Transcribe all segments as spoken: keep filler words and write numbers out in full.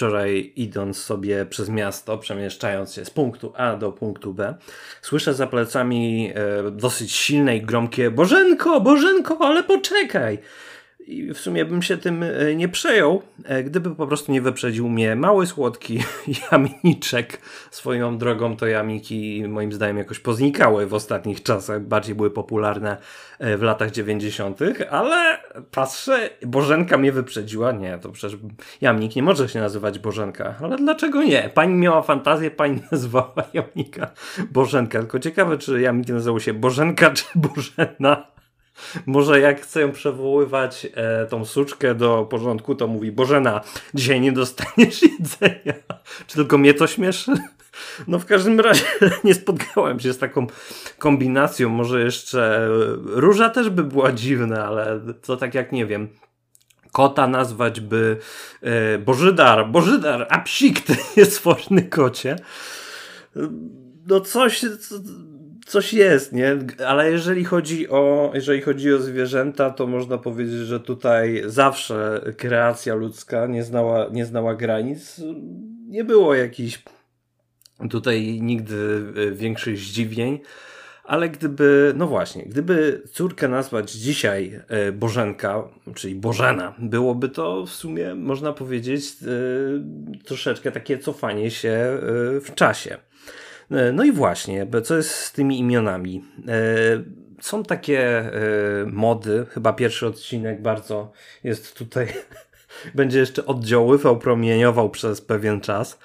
wczoraj idąc sobie przez miasto, przemieszczając się z punktu A do punktu B, słyszę za plecami e, dosyć silne i gromkie: Bożenko, Bożenko, ale poczekaj! I w sumie bym się tym nie przejął, gdyby po prostu nie wyprzedził mnie mały, słodki jamniczek. Swoją drogą to jamniki moim zdaniem jakoś poznikały w ostatnich czasach. Bardziej były popularne w latach dziewięćdziesiątych, ale patrzę, Bożenka mnie wyprzedziła. Nie, to przecież jamnik nie może się nazywać Bożenka. Ale dlaczego nie? Pani miała fantazję, pani nazwała jamnika Bożenka. Tylko ciekawe, czy jamnik nazywał się Bożenka czy Bożena. Może jak chcę ją przywoływać e, tą suczkę do porządku, to mówi: Bożena, dzisiaj nie dostaniesz jedzenia. Czy tylko mnie to śmieszy? No w każdym razie nie spotkałem się z taką kombinacją. Może jeszcze Róża też by była dziwna, ale to tak jak nie wiem. Kota nazwać by e, Bożydar, Bożydar, a psik, ty niesforny kocie. No coś... Co, Coś jest, nie? Ale jeżeli chodzi o, jeżeli chodzi o zwierzęta, to można powiedzieć, że tutaj zawsze kreacja ludzka nie znała, nie znała granic. Nie było jakichś tutaj nigdy większych zdziwień, ale gdyby, no właśnie, gdyby córkę nazwać dzisiaj Bożenka, czyli Bożena, byłoby to w sumie, można powiedzieć, troszeczkę takie cofanie się w czasie. No i właśnie, co jest z tymi imionami? Są takie mody, chyba pierwszy odcinek bardzo jest tutaj, będzie jeszcze oddziaływał, promieniował przez pewien czas.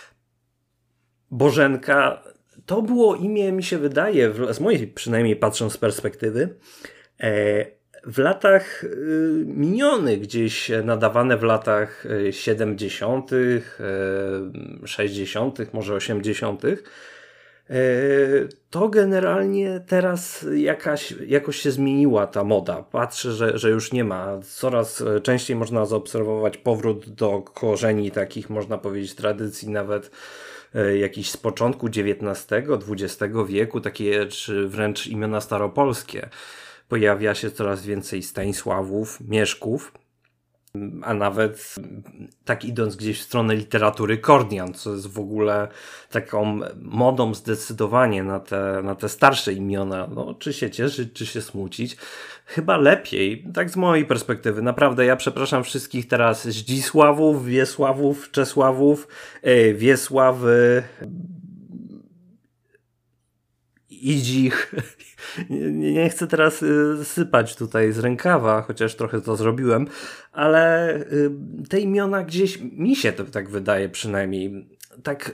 Bożenka to było imię, mi się wydaje, z mojej przynajmniej patrząc z perspektywy, w latach minionych, gdzieś nadawane w latach siedemdziesiątych, sześćdziesiątych, może osiemdziesiątych, to generalnie teraz jakaś, jakoś się zmieniła ta moda. Patrzę, że, że już nie ma. Coraz częściej można zaobserwować powrót do korzeni takich, można powiedzieć, tradycji nawet jakiś z początku dziewiętnastego, dwudziestego wieku, takie czy wręcz imiona staropolskie. Pojawia się coraz więcej Stanisławów, Mieszków, a nawet tak idąc gdzieś w stronę literatury Kordian, co jest w ogóle taką modą zdecydowanie na te, na te starsze imiona. No, czy się cieszyć, czy się smucić. Chyba lepiej, tak z mojej perspektywy. Naprawdę ja przepraszam wszystkich teraz Zdzisławów, Wiesławów, Czesławów, yy, Wiesławy, Idzich. Nie, nie chcę teraz y, sypać tutaj z rękawa, chociaż trochę to zrobiłem, ale y, te imiona gdzieś, mi się to tak wydaje przynajmniej, tak,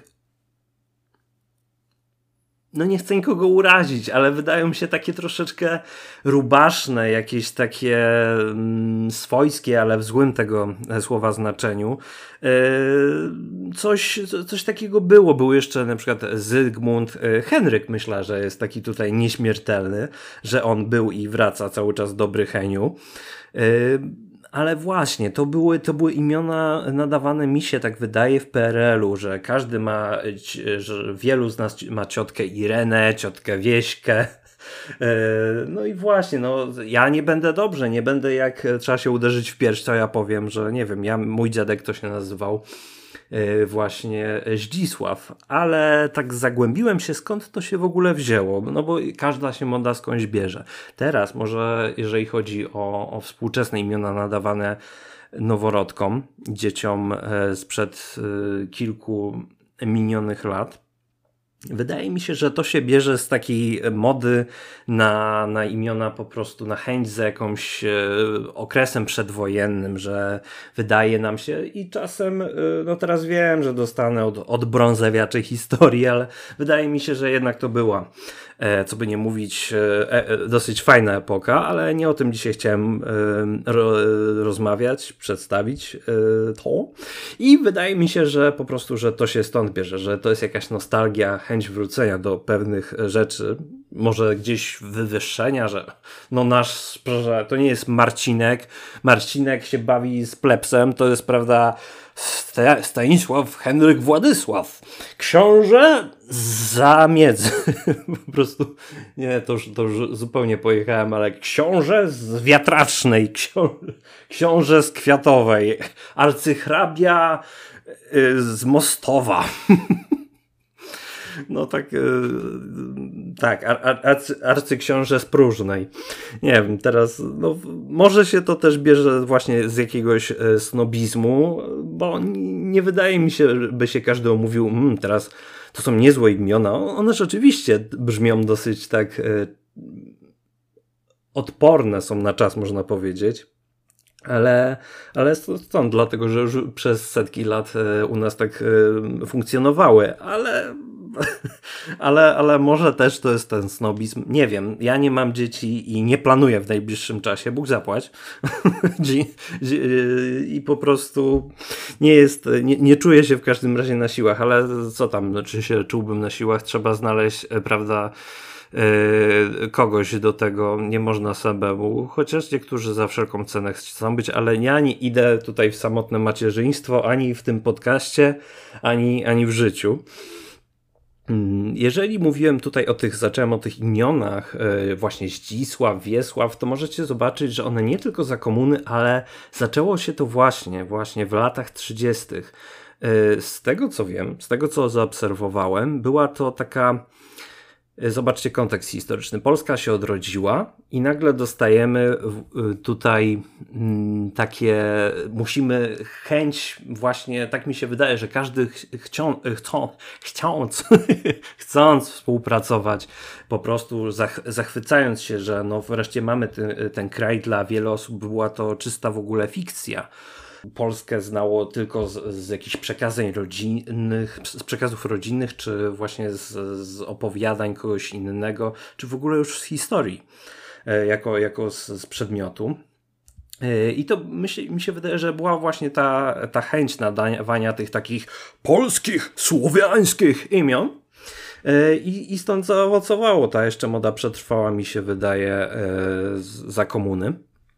no nie chcę nikogo urazić, ale wydają mi się takie troszeczkę rubaszne, jakieś takie mm, swojskie, ale w złym tego słowa znaczeniu. Yy, coś, coś takiego było. Był jeszcze na przykład Zygmunt yy, Henryk, myślę, że jest taki tutaj nieśmiertelny, że on był i wraca cały czas dobry Heniu. Yy, Ale właśnie, to były, to były imiona nadawane, mi się tak wydaje, w P R L-u, że każdy ma, że wielu z nas ma ciotkę Irenę, ciotkę Wieśkę. No i właśnie, no ja nie będę dobrze, nie będę jak trzeba się uderzyć w pierś, to ja powiem, że nie wiem, ja, mój dziadek to się nazywał właśnie Zdzisław, ale tak zagłębiłem się, skąd to się w ogóle wzięło, no bo każda się moda skądś bierze. Teraz może, jeżeli chodzi o, o współczesne imiona nadawane noworodkom, dzieciom sprzed kilku minionych lat, wydaje mi się, że to się bierze z takiej mody na, na imiona po prostu, na chęć za jakimś e, okresem przedwojennym, że wydaje nam się i czasem, e, no teraz wiem, że dostanę od, od brązewiaczej historii, ale wydaje mi się, że jednak to była, e, co by nie mówić, e, e, dosyć fajna epoka, ale nie o tym dzisiaj chciałem e, ro, rozmawiać, przedstawić e, to. I wydaje mi się, że po prostu, że to się stąd bierze, że to jest jakaś nostalgia, chęć wrócenia do pewnych rzeczy, może gdzieś wywyższenia, że no nasz, że to nie jest Marcinek, Marcinek się bawi z plepsem, to jest, prawda, Stanisław Henryk Władysław, książę zamiedzy. Po prostu, nie, to już, to już zupełnie pojechałem, ale książę z Wiatracznej, książę, książę z Kwiatowej, arcyhrabia z Mostowa. No tak, yy, tak, ar, ar, arcy, arcyksiąże z Próżnej. Nie wiem, teraz, no, może się to też bierze właśnie z jakiegoś e, snobizmu, bo nie wydaje mi się, by się każdy omówił, mmm, teraz to są niezłe imiona. One rzeczywiście brzmią dosyć tak e, odporne są na czas, można powiedzieć. Ale, ale stąd, dlatego, że już przez setki lat e, u nas tak e, funkcjonowały, ale Ale, ale może też to jest ten snobizm. Nie wiem, ja nie mam dzieci i nie planuję w najbliższym czasie, Bóg zapłać. I po prostu nie jest, nie, nie czuję się w każdym razie na siłach, ale co tam, czy się czułbym na siłach, trzeba znaleźć, prawda, kogoś do tego, nie można samemu, chociaż niektórzy za wszelką cenę chcą być, ale ja nie idę tutaj w samotne macierzyństwo, ani w tym podcaście, ani, ani w życiu. Jeżeli mówiłem tutaj o tych, zacząłem o tych imionach, właśnie Zdzisław, Wiesław, to możecie zobaczyć, że one nie tylko za komuny, ale zaczęło się to właśnie, właśnie w latach trzydziestych. Z tego co wiem, z tego co zaobserwowałem, była to taka, zobaczcie kontekst historyczny. Polska się odrodziła i nagle dostajemy tutaj takie, musimy chęć właśnie, tak mi się wydaje, że każdy chcią, chcą, chcąc, chcąc współpracować, po prostu zach, zachwycając się, że no wreszcie mamy ten, ten kraj, dla wielu osób była to czysta w ogóle fikcja. Polskę znało tylko z, z jakichś przekazań rodzinnych, z przekazów rodzinnych, czy właśnie z, z opowiadań kogoś innego, czy w ogóle już z historii, jako, jako z, z przedmiotu. I to myśl, mi się wydaje, że była właśnie ta, ta chęć nadawania tych takich polskich, słowiańskich imion. I, I stąd zaowocowało ta jeszcze moda przetrwała, mi się wydaje, za komuny.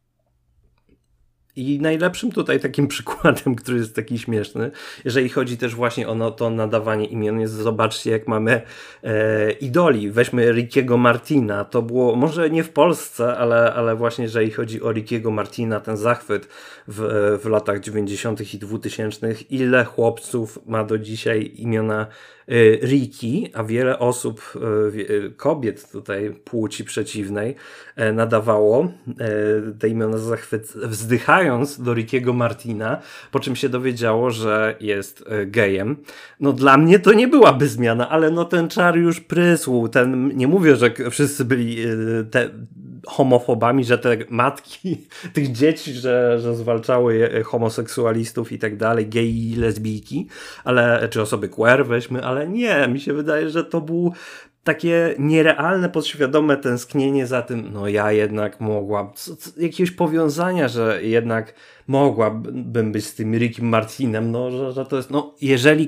I najlepszym tutaj takim przykładem, który jest taki śmieszny, jeżeli chodzi też właśnie o no, to nadawanie imion, jest, zobaczcie, jak mamy e, idoli. Weźmy Rickiego Martina. To było może nie w Polsce, ale, ale właśnie jeżeli chodzi o Rickiego Martina, ten zachwyt w, w latach dziewięćdziesiątych i dwutysięcznych. Ile chłopców ma do dzisiaj imiona e, Ricky, a wiele osób, e, kobiet tutaj płci przeciwnej e, nadawało e, te imiona zachwyt, wzdychając do Rickiego Martina, po czym się dowiedziało, że jest gejem. No dla mnie to nie byłaby zmiana, ale no ten czar już prysł. Ten, nie mówię, że wszyscy byli te homofobami, że te matki tych dzieci, że, że zwalczały homoseksualistów i tak dalej, geji i lesbijki, ale, czy osoby queer weźmy, ale nie, mi się wydaje, że to był takie nierealne, podświadome tęsknienie za tym, no ja jednak mogłam, co, co, jakiegoś powiązania, że jednak mogłabym być z tym Rickim Martinem, no, że, że to jest, no jeżeli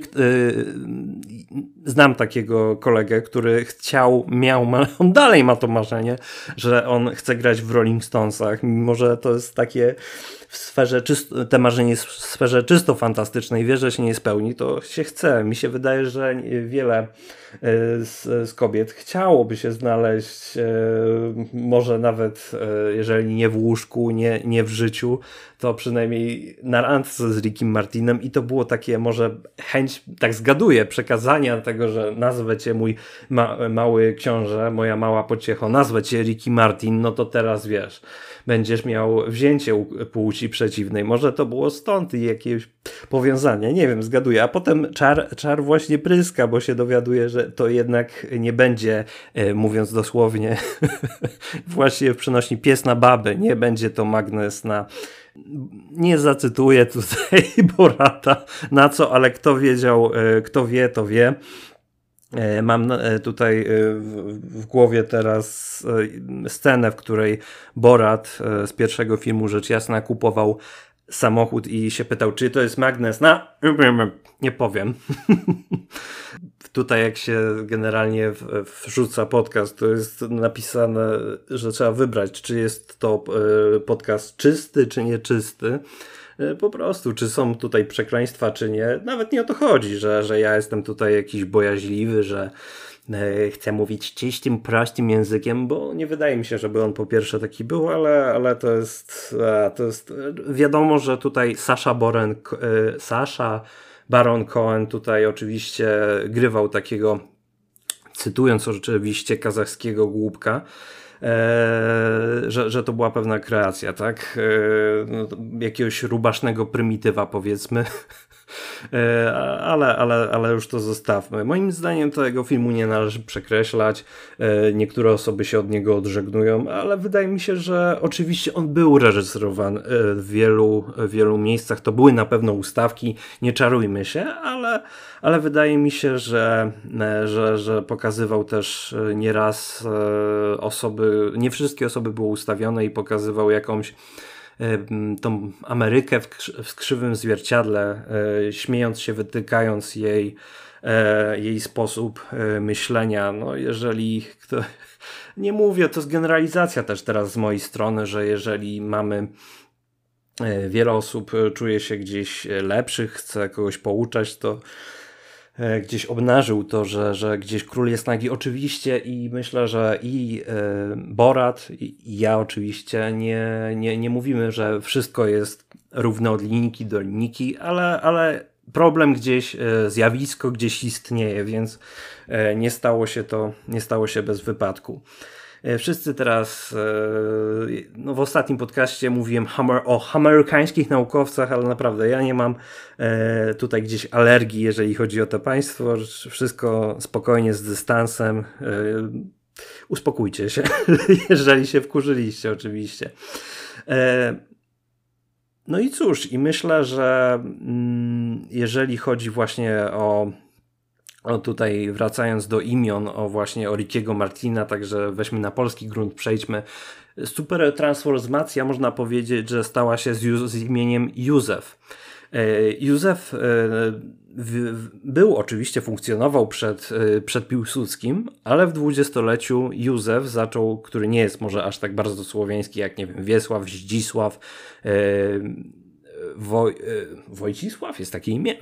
yy, znam takiego kolegę, który chciał, miał, on dalej ma to marzenie, że on chce grać w Rolling Stonesach, mimo że to jest takie w sferze czysto, te marzenie jest w sferze czysto fantastycznej, wie, że się nie spełni, to się chce. Mi się wydaje, że wiele z, z kobiet chciałoby się znaleźć, może nawet jeżeli nie w łóżku, nie, nie w życiu, to przynajmniej na randce z Rickim Martinem, i to było takie może chęć, tak zgaduję, przekazania tego, że nazwę cię mój ma, mały książę, moja mała pociecho, nazwę cię Ricky Martin, no to teraz wiesz, będziesz miał wzięcie u płci przeciwnej. Może to było stąd i jakieś powiązanie, nie wiem, zgaduję. A potem czar, czar właśnie pryska, bo się dowiaduje, że to jednak nie będzie, e, mówiąc dosłownie, właśnie w przenośni pies na baby, nie będzie to magnes na... Nie zacytuję tutaj Borata, na co, ale kto wiedział, e, kto wie, to wie. Mam tutaj w głowie teraz scenę, w której Borat z pierwszego filmu Rzecz Jasna kupował samochód i się pytał, czy to jest magnes na... Nie powiem. Tutaj jak się generalnie wrzuca podcast, to jest napisane, że trzeba wybrać, czy jest to podcast czysty, czy nieczysty. Po prostu, czy są tutaj przekleństwa, czy nie. Nawet nie o to chodzi, że, że ja jestem tutaj jakiś bojaźliwy, że chcę mówić czystym, prostym językiem, bo nie wydaje mi się, żeby on po pierwsze taki był, ale, ale to jest to jest wiadomo, że tutaj Sacha Baron, Sacha Baron Cohen tutaj oczywiście grywał takiego, cytując oczywiście kazachskiego głupka, Eee, że, że to była pewna kreacja, tak? Eee, no, jakiegoś rubasznego prymitywa, powiedzmy. Eee, ale, ale, ale już to zostawmy. Moim zdaniem tego filmu nie należy przekreślać. Eee, niektóre osoby się od niego odżegnują, ale wydaje mi się, że oczywiście on był reżyserowany w wielu, w wielu miejscach. To były na pewno ustawki, nie czarujmy się, ale, ale wydaje mi się, że, że, że pokazywał też nieraz osoby, nie wszystkie osoby były ustawione i pokazywał jakąś tą Amerykę w, w krzywym zwierciadle, śmiejąc się, wytykając jej, jej sposób myślenia. No jeżeli kto... Nie mówię, to jest generalizacja też teraz z mojej strony, że jeżeli mamy wiele osób czuje się gdzieś lepszych, chce kogoś pouczać, to gdzieś obnażył to, że, że gdzieś król jest nagi. Oczywiście i myślę, że i e, Borat, i, i ja oczywiście nie, nie, nie mówimy, że wszystko jest równe od linijki do linijki, ale, ale problem gdzieś, e, zjawisko gdzieś istnieje, więc e, nie stało się to, nie stało się bez wypadku. Wszyscy teraz, no w ostatnim podcaście mówiłem o amerykańskich naukowcach, ale naprawdę ja nie mam tutaj gdzieś alergii, jeżeli chodzi o to państwo. Wszystko spokojnie, z dystansem. Uspokójcie się, jeżeli się wkurzyliście oczywiście. No i cóż, i myślę, że jeżeli chodzi właśnie o O tutaj wracając do imion, o właśnie o Rickiego Martina, także weźmy na polski grunt, przejdźmy. Super transformacja, można powiedzieć, że stała się z, z imieniem Józef. E, Józef e, w, w, był oczywiście, funkcjonował przed, e, przed Piłsudskim, ale w dwudziestoleciu Józef zaczął, który nie jest może aż tak bardzo słowiański jak, nie wiem, Wiesław, Zdzisław, e, Woj, Wojcisław jest takie imię,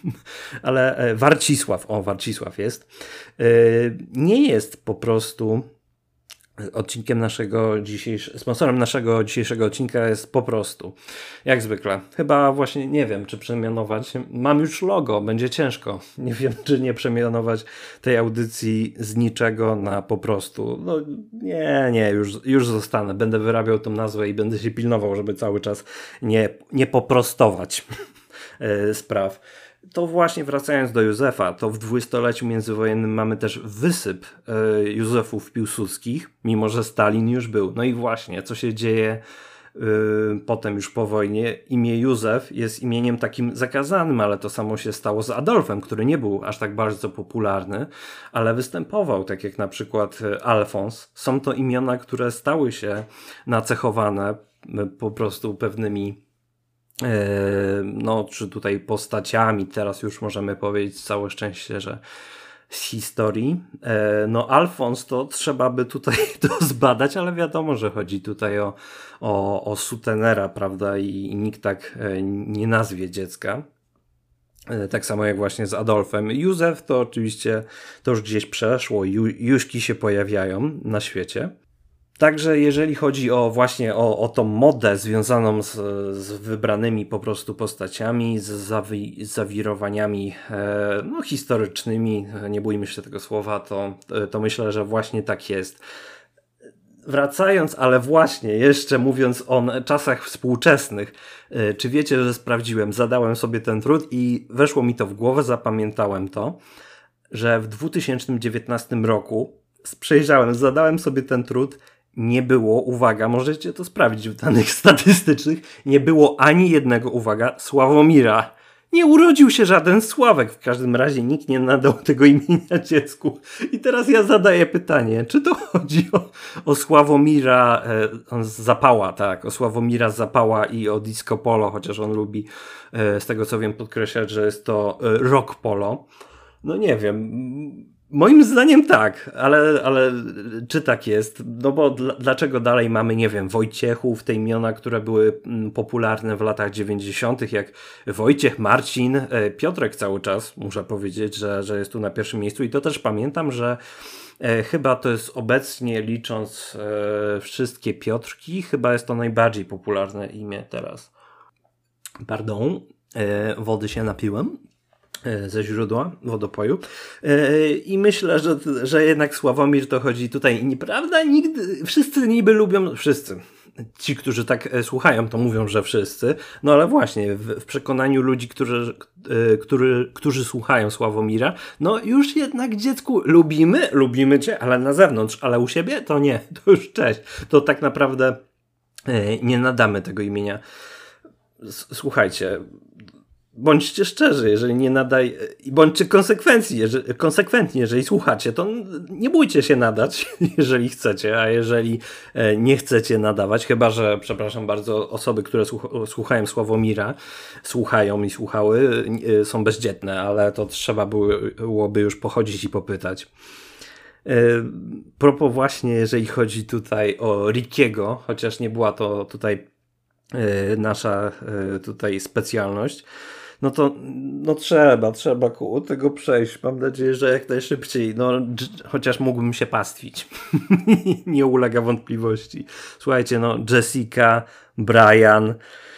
ale Warcisław, o Warcisław jest, nie jest po prostu odcinkiem naszego dzisiejszego, sponsorem naszego dzisiejszego odcinka jest po prostu, jak zwykle, chyba właśnie nie wiem, czy przemianować, mam już logo, będzie ciężko, nie wiem, czy nie przemianować tej audycji z niczego na po prostu, no nie, nie, już, już zostanę, będę wyrabiał tą nazwę i będę się pilnował, żeby cały czas nie, nie poprostować spraw. To właśnie wracając do Józefa, to w dwudziestoleciu międzywojennym mamy też wysyp y, Józefów Piłsudskich, mimo że Stalin już był. No i właśnie, co się dzieje y, potem już po wojnie? Imię Józef jest imieniem takim zakazanym, ale to samo się stało z Adolfem, który nie był aż tak bardzo popularny, ale występował, tak jak na przykład Alfons. Są to imiona, które stały się nacechowane y, po prostu pewnymi no, czy tutaj postaciami, teraz już możemy powiedzieć całe szczęście, że z historii. No Alfons to trzeba by tutaj to zbadać, ale wiadomo, że chodzi tutaj o, o, o sutenera, prawda, i, i nikt tak nie nazwie dziecka. Tak samo jak właśnie z Adolfem. Józef to oczywiście to już gdzieś przeszło, Ju, Jóźki się pojawiają na świecie. Także jeżeli chodzi o właśnie o, o tą modę związaną z, z wybranymi po prostu postaciami, z, zawi, z zawirowaniami e, no, historycznymi, nie bójmy się tego słowa, to, to myślę, że właśnie tak jest. Wracając, ale właśnie jeszcze mówiąc o czasach współczesnych, e, czy wiecie, że sprawdziłem, zadałem sobie ten trud i weszło mi to w głowę, zapamiętałem to, że w dwa tysiące dziewiętnastym roku przejrzałem, zadałem sobie ten trud, nie było, uwaga, możecie to sprawdzić w danych statystycznych, nie było ani jednego, uwaga, Sławomira. Nie urodził się żaden Sławek, w każdym razie nikt nie nadał tego imienia dziecku. I teraz ja zadaję pytanie, czy to chodzi o, o Sławomira e, Zapała, tak, o Sławomira Zapała i o disco polo, chociaż on lubi, e, z tego co wiem, podkreślać, że jest to e, rock polo. No nie wiem, Moim zdaniem tak, ale, ale czy tak jest? No bo dl- dlaczego dalej mamy, nie wiem, Wojciechów, te imiona, które były mm, popularne w latach dziewięćdziesiątych, jak Wojciech, Marcin, e, Piotrek cały czas, muszę powiedzieć, że, że jest tu na pierwszym miejscu i to też pamiętam, że e, chyba to jest obecnie, licząc e, wszystkie Piotrki, chyba jest to najbardziej popularne imię teraz. Pardon, e, wody się napiłem ze źródła wodopoju i myślę, że, że jednak Sławomir to chodzi tutaj, nieprawda? Nigdy, wszyscy niby lubią, wszyscy, ci, którzy tak słuchają, to mówią, że wszyscy, no ale właśnie w, w przekonaniu ludzi, którzy, którzy, którzy słuchają Sławomira, no już jednak dziecku lubimy, lubimy cię, ale na zewnątrz, ale u siebie to nie, to już cześć, to tak naprawdę nie nadamy tego imienia. Słuchajcie, bądźcie szczerzy, jeżeli nie nadaj, i bądźcie konsekwencji, jeżeli, konsekwentni, jeżeli słuchacie, to nie bójcie się nadać, jeżeli chcecie, a jeżeli nie chcecie nadawać, chyba że, przepraszam bardzo, osoby, które słuchają Sławomira, słuchają i słuchały, są bezdzietne, ale to trzeba byłoby już pochodzić i popytać. Propos właśnie, jeżeli chodzi tutaj o Rickiego, chociaż nie była to tutaj nasza tutaj specjalność, no to no trzeba, trzeba koło tego przejść. Mam nadzieję, że jak najszybciej, no chociaż mógłbym się pastwić. Nie ulega wątpliwości. Słuchajcie, no Jessica, Brian,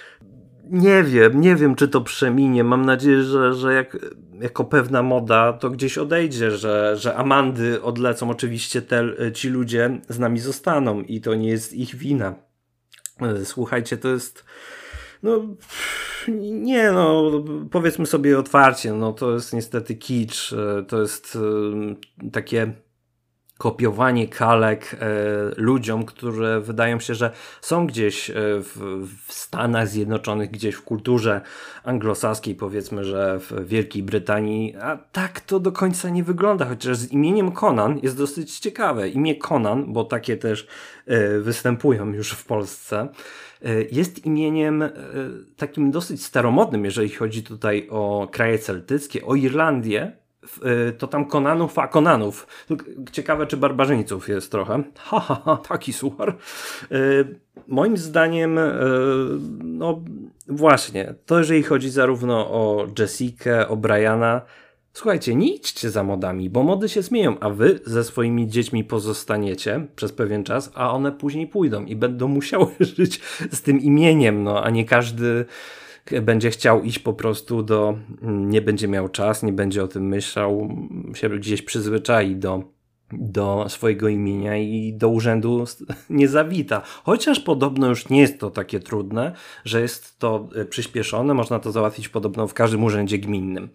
nie wiem, nie wiem czy to przeminie. Mam nadzieję, że, że jak, jako pewna moda to gdzieś odejdzie, że, że Amandy odlecą. Oczywiście te, ci ludzie z nami zostaną i to nie jest ich wina. Słuchajcie, to jest no nie no, powiedzmy sobie otwarcie, no to jest niestety kicz, to jest y, takie kopiowanie kalek e, ludziom, które wydają się, że są gdzieś w, w Stanach Zjednoczonych, gdzieś w kulturze anglosaskiej, powiedzmy, że w Wielkiej Brytanii, a tak to do końca nie wygląda, chociaż z imieniem Conan jest dosyć ciekawe. Imię Conan, bo takie też e, występują już w Polsce, e, jest imieniem e, takim dosyć staromodnym, jeżeli chodzi tutaj o kraje celtyckie, o Irlandię. To tam Konanów, a Konanów. Ciekawe, czy barbarzyńców jest trochę. Ha, ha, ha, taki suchar. Yy, moim zdaniem, yy, no właśnie, to jeżeli chodzi zarówno o Jessikę, o Briana, słuchajcie, nie idźcie za modami, bo mody się zmienią, a wy ze swoimi dziećmi pozostaniecie przez pewien czas, a one później pójdą i będą musiały żyć z tym imieniem, no, a nie każdy będzie chciał iść po prostu do, nie będzie miał czas, nie będzie o tym myślał, się gdzieś przyzwyczai do, do swojego imienia i do urzędu nie zawita. Chociaż podobno już nie jest to takie trudne, że jest to przyspieszone, można to załatwić podobno w każdym urzędzie gminnym.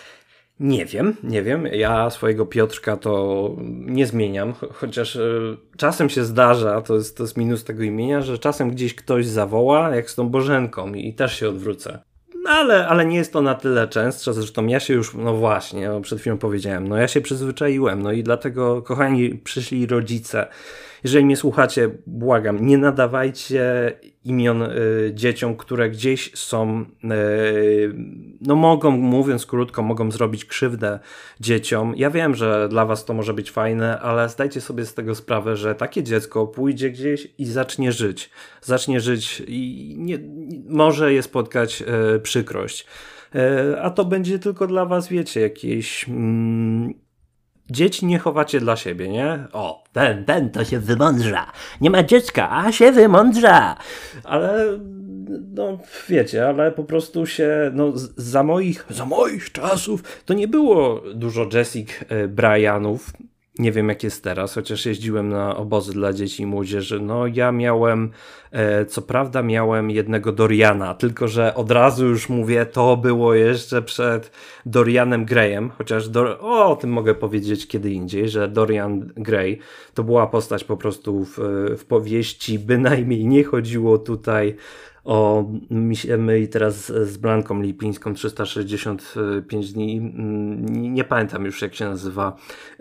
Nie wiem, nie wiem. Ja swojego Piotrka to nie zmieniam, chociaż y, czasem się zdarza, to jest, to jest minus tego imienia, że czasem gdzieś ktoś zawoła, jak z tą Bożenką i, i też się odwrócę. No ale, ale nie jest to na tyle częstsze, zresztą ja się już, no właśnie, no przed chwilą powiedziałem, no ja się przyzwyczaiłem, no i dlatego, kochani, przyszli rodzice, jeżeli mnie słuchacie, błagam, nie nadawajcie imion y, dzieciom, które gdzieś są, y, no mogą, mówiąc krótko, mogą zrobić krzywdę dzieciom. Ja wiem, że dla was to może być fajne, ale zdajcie sobie z tego sprawę, że takie dziecko pójdzie gdzieś i zacznie żyć. Zacznie żyć i nie, może je spotkać y, przykrość. Y, a to będzie tylko dla was, wiecie, jakieś... Mm, dzieci nie chowacie dla siebie, nie? O, ten, ten to się wymądrza. Nie ma dziecka, a się wymądrza. Ale, no wiecie, ale po prostu się, no za moich, za moich czasów to nie było dużo Jessic Brianów. Nie wiem jak jest teraz, chociaż jeździłem na obozy dla dzieci i młodzieży. No ja miałem, e, co prawda miałem jednego Doriana, tylko że od razu już mówię, to było jeszcze przed Dorianem Grayem, chociaż do, o, o tym mogę powiedzieć kiedy indziej, że Dorian Gray to była postać po prostu w, w powieści, bynajmniej nie chodziło tutaj o my i teraz z Blanką Lipińską trzysta sześćdziesiąt pięć dni, nie, nie pamiętam już jak się nazywa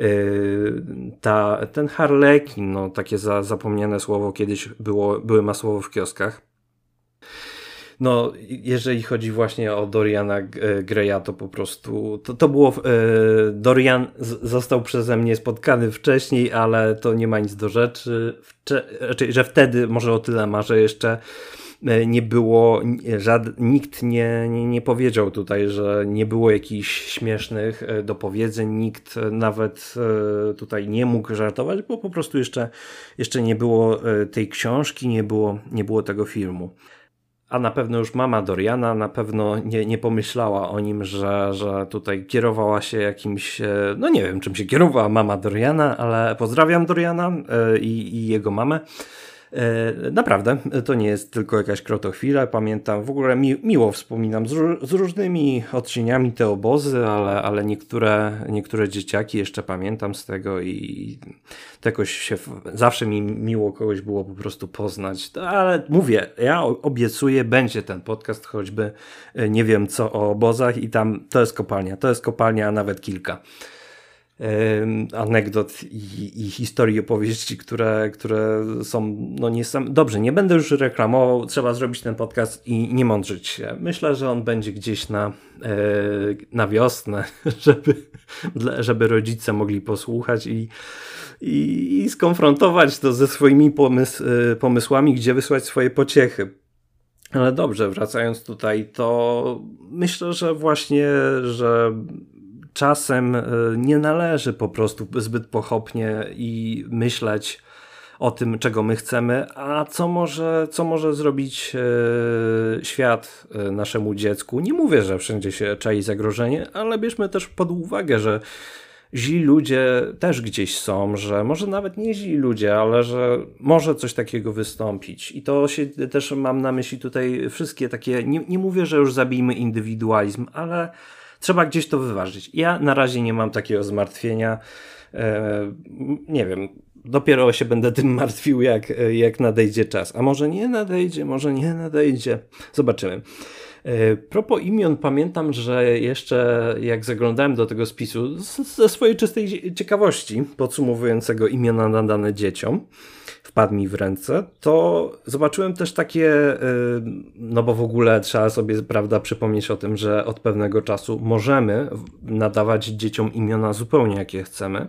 ta, ten harlekin, no takie za, zapomniane słowo, kiedyś było, były masłowo w kioskach. No, jeżeli chodzi właśnie o Doriana Greya, to po prostu to, to było, Dorian został przeze mnie spotkany wcześniej, ale to nie ma nic do rzeczy, Wcze- że wtedy może o tyle ma, że jeszcze nie było, żad, nikt nie, nie, nie powiedział tutaj, że nie było jakichś śmiesznych dopowiedzeń, nikt nawet tutaj nie mógł żartować, bo po prostu jeszcze, jeszcze nie było tej książki, nie było, nie było tego filmu. A na pewno już mama Doriana na pewno nie, nie pomyślała o nim, że, że tutaj kierowała się jakimś, no nie wiem czym się kierowała mama Doriana, ale pozdrawiam Doriana i, i jego mamę. Naprawdę, to nie jest tylko jakaś krotochwila, pamiętam, w ogóle mi, miło wspominam z, z różnymi odcieniami te obozy, ale, ale niektóre, niektóre dzieciaki jeszcze pamiętam z tego i to jakoś się, zawsze mi miło kogoś było po prostu poznać, ale mówię, ja obiecuję, będzie ten podcast, choćby nie wiem co o obozach i tam to jest kopalnia, to jest kopalnia, a nawet kilka anegdot i, i historii, opowieści, które, które są no nie sam... Dobrze, nie będę już reklamował, trzeba zrobić ten podcast i nie mądrzyć się. Myślę, że on będzie gdzieś na, na wiosnę, żeby, żeby rodzice mogli posłuchać i, i, i skonfrontować to ze swoimi pomysł, pomysłami, gdzie wysłać swoje pociechy. Ale dobrze, wracając tutaj, to myślę, że właśnie, że czasem nie należy po prostu zbyt pochopnie i myśleć o tym, czego my chcemy, a co może, co może zrobić e, świat e, naszemu dziecku. Nie mówię, że wszędzie się czai zagrożenie, ale bierzmy też pod uwagę, że źli ludzie też gdzieś są, że może nawet nie źli ludzie, ale że może coś takiego wystąpić. I to się też mam na myśli tutaj wszystkie takie, nie, nie mówię, że już zabijmy indywidualizm, ale trzeba gdzieś to wyważyć. Ja na razie nie mam takiego zmartwienia. E, nie wiem, dopiero się będę tym martwił, jak, jak nadejdzie czas. A może nie nadejdzie, może nie nadejdzie. Zobaczymy. E, propos imion, pamiętam, że jeszcze jak zaglądałem do tego spisu, z, ze swojej czystej ciekawości, podsumowującego imiona nadane dzieciom, wpadł mi w ręce, to zobaczyłem też takie, no bo w ogóle trzeba sobie, prawda, przypomnieć o tym, że od pewnego czasu możemy nadawać dzieciom imiona zupełnie jakie chcemy.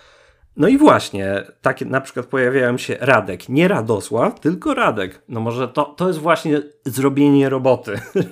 No i właśnie, takie na przykład pojawiają się Radek, nie Radosław, tylko Radek. No może to, to jest właśnie zrobienie roboty.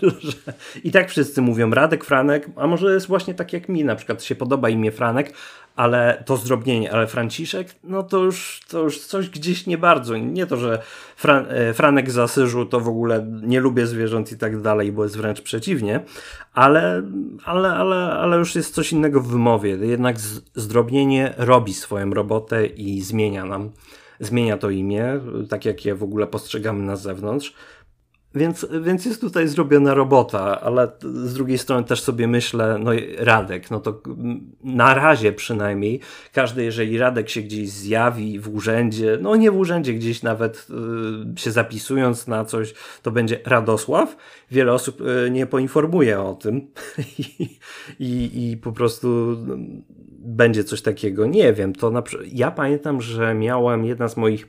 I tak wszyscy mówią Radek, Franek, a może jest właśnie tak jak mi, na przykład się podoba imię Franek, ale to zdrobnienie, ale Franciszek, no to już, to już coś gdzieś nie bardzo. Nie to, że Fran, Franek z Asyżu to w ogóle nie lubię zwierząt i tak dalej, bo jest wręcz przeciwnie, ale, ale, ale, ale już jest coś innego w wymowie. Jednak zdrobnienie robi swoją robotę i zmienia nam, zmienia to imię, tak jak je w ogóle postrzegamy na zewnątrz. Więc, więc jest tutaj zrobiona robota, ale z drugiej strony też sobie myślę, no Radek, no to na razie przynajmniej każdy, jeżeli Radek się gdzieś zjawi w urzędzie, no nie w urzędzie, gdzieś nawet y, się zapisując na coś, to będzie Radosław. Wiele osób y, nie poinformuje o tym i, i, i po prostu będzie coś takiego. Nie wiem, to na przykład, ja pamiętam, że miałem jedna z moich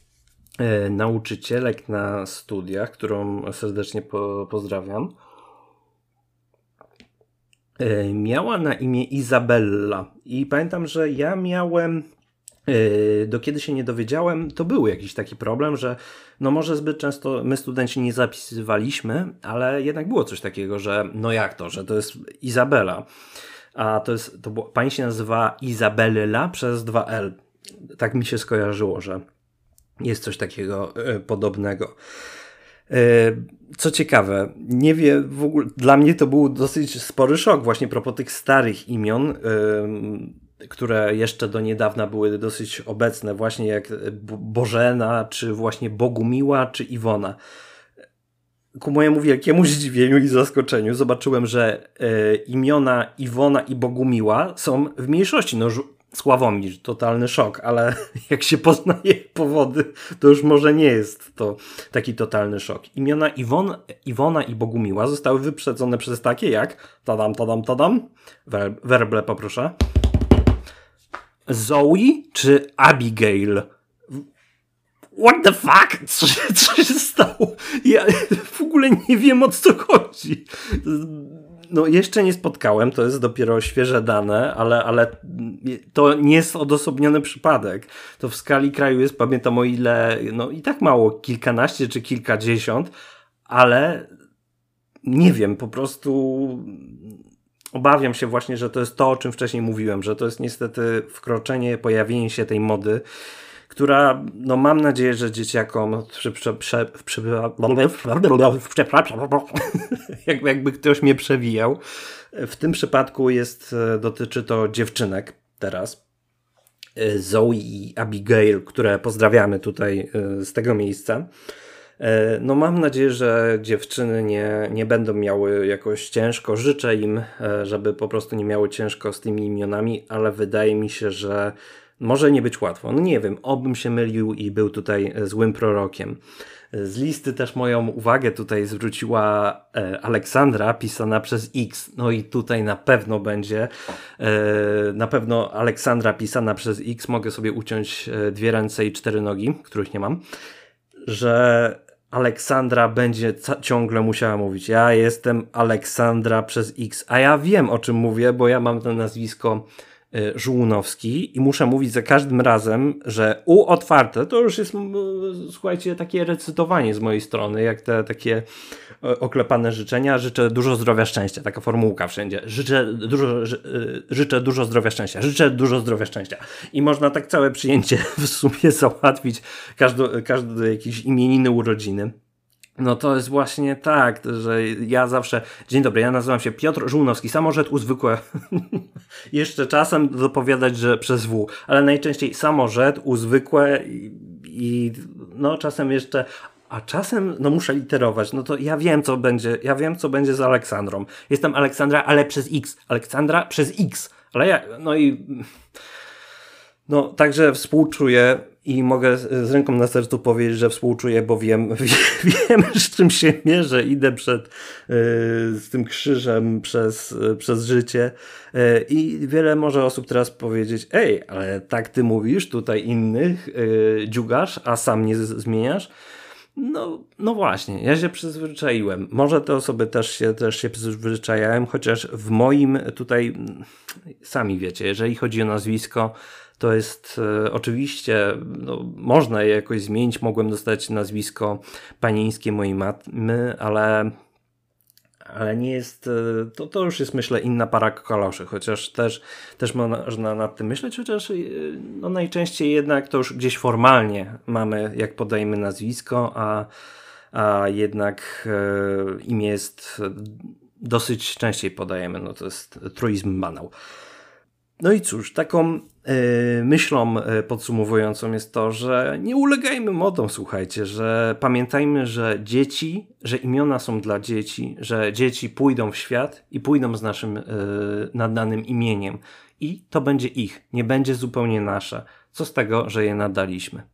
nauczycielek na studiach, którą serdecznie po, pozdrawiam, miała na imię Izabella i pamiętam, że ja miałem, do kiedy się nie dowiedziałem, to był jakiś taki problem, że no może zbyt często my studenci nie zapisywaliśmy, ale jednak było coś takiego, że no jak to, że to jest Izabela, a to jest, to było, pani się nazywa Izabella przez dwa L. Tak mi się skojarzyło, że jest coś takiego y, podobnego. Y, co ciekawe, nie wie w ogóle, dla mnie to był dosyć spory szok właśnie propos tych starych imion, y, które jeszcze do niedawna były dosyć obecne, właśnie jak Bożena, czy właśnie Bogumiła, czy Iwona. Ku mojemu wielkiemu zdziwieniu i zaskoczeniu zobaczyłem, że y, imiona Iwona i Bogumiła są w mniejszości. No, Sławomir, totalny szok, ale jak się poznaje powody, to już może nie jest to taki totalny szok. Imiona Iwon, Iwona i Bogumiła zostały wyprzedzone przez takie jak tadam, tadam, tadam, Wer, werble poproszę, Zoe czy Abigail. What the fuck? Co, co się stało? Ja w ogóle nie wiem, o co chodzi. No jeszcze nie spotkałem, to jest dopiero świeże dane, ale, ale to nie jest odosobniony przypadek. To w skali kraju jest, pamiętam o ile, no i tak mało, kilkanaście czy kilkadziesiąt, ale nie wiem, po prostu obawiam się właśnie, że to jest to, o czym wcześniej mówiłem, że to jest niestety wkroczenie, pojawienie się tej mody, która, no mam nadzieję, że dzieciakom przy, przy, przy, przy, jakby, jakby ktoś mnie przewijał. W tym przypadku jest, dotyczy to dziewczynek teraz. Zoe i Abigail, które pozdrawiamy tutaj z tego miejsca. No mam nadzieję, że dziewczyny nie, nie będą miały jakoś ciężko. Życzę im, żeby po prostu nie miały ciężko z tymi imionami, ale wydaje mi się, że może nie być łatwo. No nie wiem, obym się mylił i był tutaj złym prorokiem. Z listy też moją uwagę tutaj zwróciła Aleksandra, pisana przez X. No i tutaj na pewno będzie, na pewno Aleksandra pisana przez X. Mogę sobie uciąć dwie ręce i cztery nogi, których nie mam. Że Aleksandra będzie ca- ciągle musiała mówić: ja jestem Aleksandra przez X, a ja wiem, o czym mówię, bo ja mam to nazwisko y, Żółnowski i muszę mówić za każdym razem, że U otwarte to już jest, y, słuchajcie, takie recytowanie z mojej strony, jak te takie y, oklepane życzenia. Życzę dużo zdrowia, szczęścia, taka formułka wszędzie. Życzę dużo, ży, y, życzę dużo zdrowia, szczęścia. Życzę dużo zdrowia, szczęścia. I można tak całe przyjęcie w sumie załatwić, każdy, każdy jakieś imieniny, urodziny. No to jest właśnie tak, że ja zawsze, dzień dobry, ja nazywam się Piotr Żółnowski, samorzet U zwykłe, jeszcze czasem dopowiadać, że przez W, ale najczęściej samorzet U zwykłe i, i no czasem jeszcze, a czasem no muszę literować, no to ja wiem co będzie, ja wiem co będzie z Aleksandrą. Jestem Aleksandra, ale przez X, Aleksandra przez X, ale ja, no i... No, także współczuję i mogę z ręką na sercu powiedzieć, że współczuję, bo wiem, wiem z czym się mierzę. Idę przed yy, z tym krzyżem przez, yy, przez życie yy, i wiele może osób teraz powiedzieć: ej, ale tak ty mówisz, tutaj innych yy, dziugasz, a sam nie z- zmieniasz. No, no właśnie, ja się przyzwyczaiłem. Może te osoby też się, też się przyzwyczajają, chociaż w moim tutaj, sami wiecie, jeżeli chodzi o nazwisko, to jest e, oczywiście, no, można je jakoś zmienić. Mogłem dostać nazwisko panieńskie mojej mamy, ale, ale nie jest, e, to, to już jest, myślę, inna para kaloszy, chociaż też, też można nad tym myśleć, chociaż e, no, najczęściej jednak to już gdzieś formalnie mamy, jak podajemy nazwisko, a, a jednak e, imię jest dosyć częściej podajemy, no to jest truizm banał. No i cóż, taką y, myślą y, podsumowującą jest to, że nie ulegajmy modom, słuchajcie, że pamiętajmy, że dzieci, że imiona są dla dzieci, że dzieci pójdą w świat i pójdą z naszym y, nadanym imieniem i to będzie ich, nie będzie zupełnie nasze. Co z tego, że je nadaliśmy?